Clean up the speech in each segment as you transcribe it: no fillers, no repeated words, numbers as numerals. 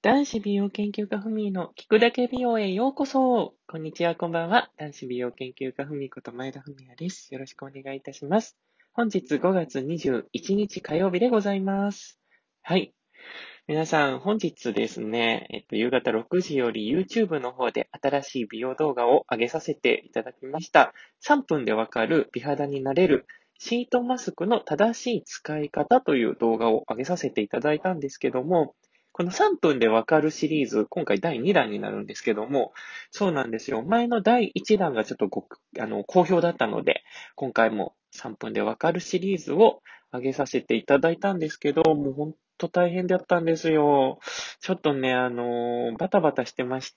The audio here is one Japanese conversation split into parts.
男子美容研究家ふみの聞くだけ美容へようこそ。こんにちは、こんばんは。男子美容研究家ふみこと前田文也です。よろしくお願いいたします。本日5月21日火曜日でございます。はい。皆さん、本日ですね、夕方6時より YouTube の方で新しい美容動画を上げさせていただきました。3分でわかる美肌になれるシートマスクの正しい使い方という動画を上げさせていただいたんですけども、この3分でわかるシリーズ、今回第2弾になるんですけども、そうなんですよ。前の第1弾がちょっと好評だったので、今回も3分でわかるシリーズを上げさせていただいたんですけど、もう本当大変だったんですよ。ちょっとね、バタバタしてまして、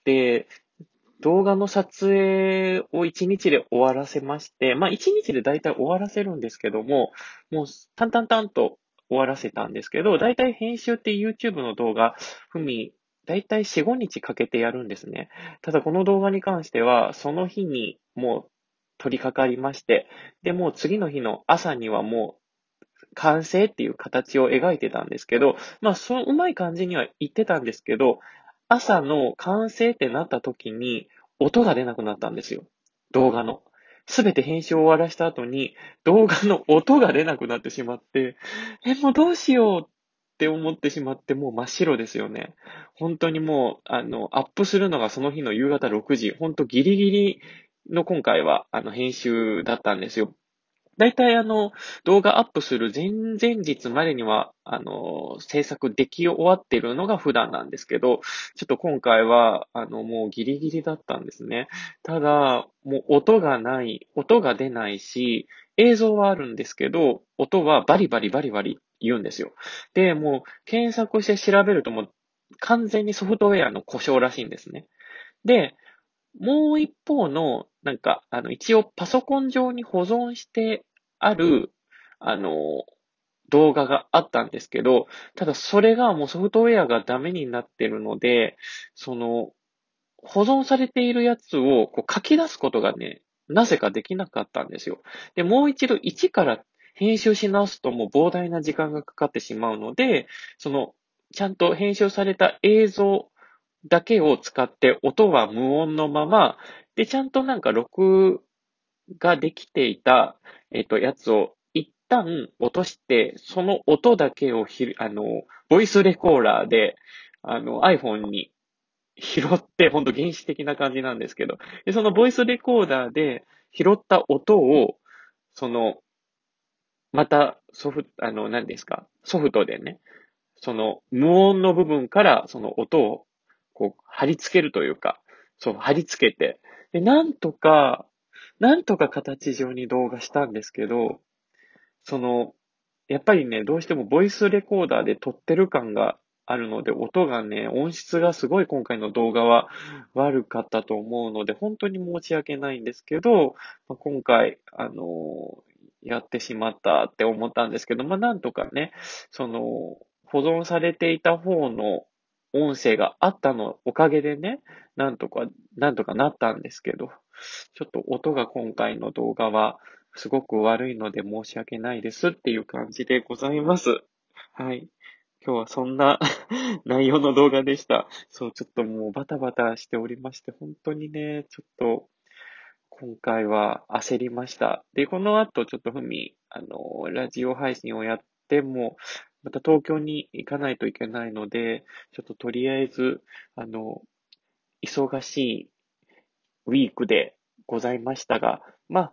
動画の撮影を1日で終わらせまして、まあ1日で大体終わらせるんですけども、もう淡々と終わらせたんですけど、大体編集って YouTube の動画、大体4、5日かけてやるんですね。ただこの動画に関しては、その日にもう取り掛かりまして、で、もう次の日の朝にはもう完成っていう形を描いてたんですけど、まあ、そのうまい感じには言ってたんですけど、朝の完成ってなった時に、音が出なくなったんですよ。動画の。すべて編集を終わらした後に、動画の音が出なくなってしまって、もうどうしようって思ってしまって、もう真っ白ですよね。本当にもう、アップするのがその日の夕方6時、本当ギリギリの今回は、編集だったんですよ。大体動画アップする前々日までには、制作でき終わっているのが普段なんですけど、ちょっと今回は、もうギリギリだったんですね。ただ、もう音が出ないし、映像はあるんですけど、音はバリバリバリバリ言うんですよ。で、もう検索して調べるともう完全にソフトウェアの故障らしいんですね。で、もう一方の、一応パソコン上に保存してある、あの、動画があったんですけど、ただそれがもうソフトウェアがダメになってるので、その、保存されているやつをこう書き出すことがね、なぜかできなかったんですよ。で、もう一度一から編集し直すともう膨大な時間がかかってしまうので、ちゃんと編集された映像だけを使って音は無音のまま、で、ちゃんと録ができていた、やつを一旦落として、その音だけをボイスレコーダーで、iPhone に拾って、ほんと原始的な感じなんですけど、で、そのボイスレコーダーで拾った音を、その、また何ですか、ソフトでね、その無音の部分からその音をこう貼り付けるというか、そう、貼り付けて、で、なんとか形上に動画したんですけど、その、やっぱりね、どうしてもボイスレコーダーで撮ってる感があるので、音がね、音質がすごい今回の動画は悪かったと思うので、本当に申し訳ないんですけど、今回、やってしまったって思ったんですけど、なんとかね、その、保存されていた方の音声があったのおかげでね、なんとかなったんですけど、ちょっと音が今回の動画はすごく悪いので申し訳ないですっていう感じでございます。はい。今日はそんな内容の動画でした。そう、ちょっともうバタバタしておりまして、本当にね、ちょっと今回は焦りました。で、この後ちょっとラジオ配信をやっても、また東京に行かないといけないので、ちょっととりあえず、忙しいウィークでございましたが、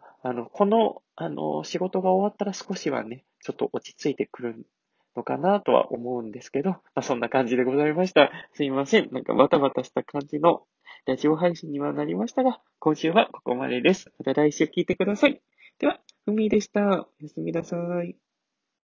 仕事が終わったら少しはね、ちょっと落ち着いてくるのかなとは思うんですけど、そんな感じでございました。すいません。バタバタした感じのラジオ配信にはなりましたが、今週はここまでです。また来週聞いてください。では、ふみでした。おやすみなさい。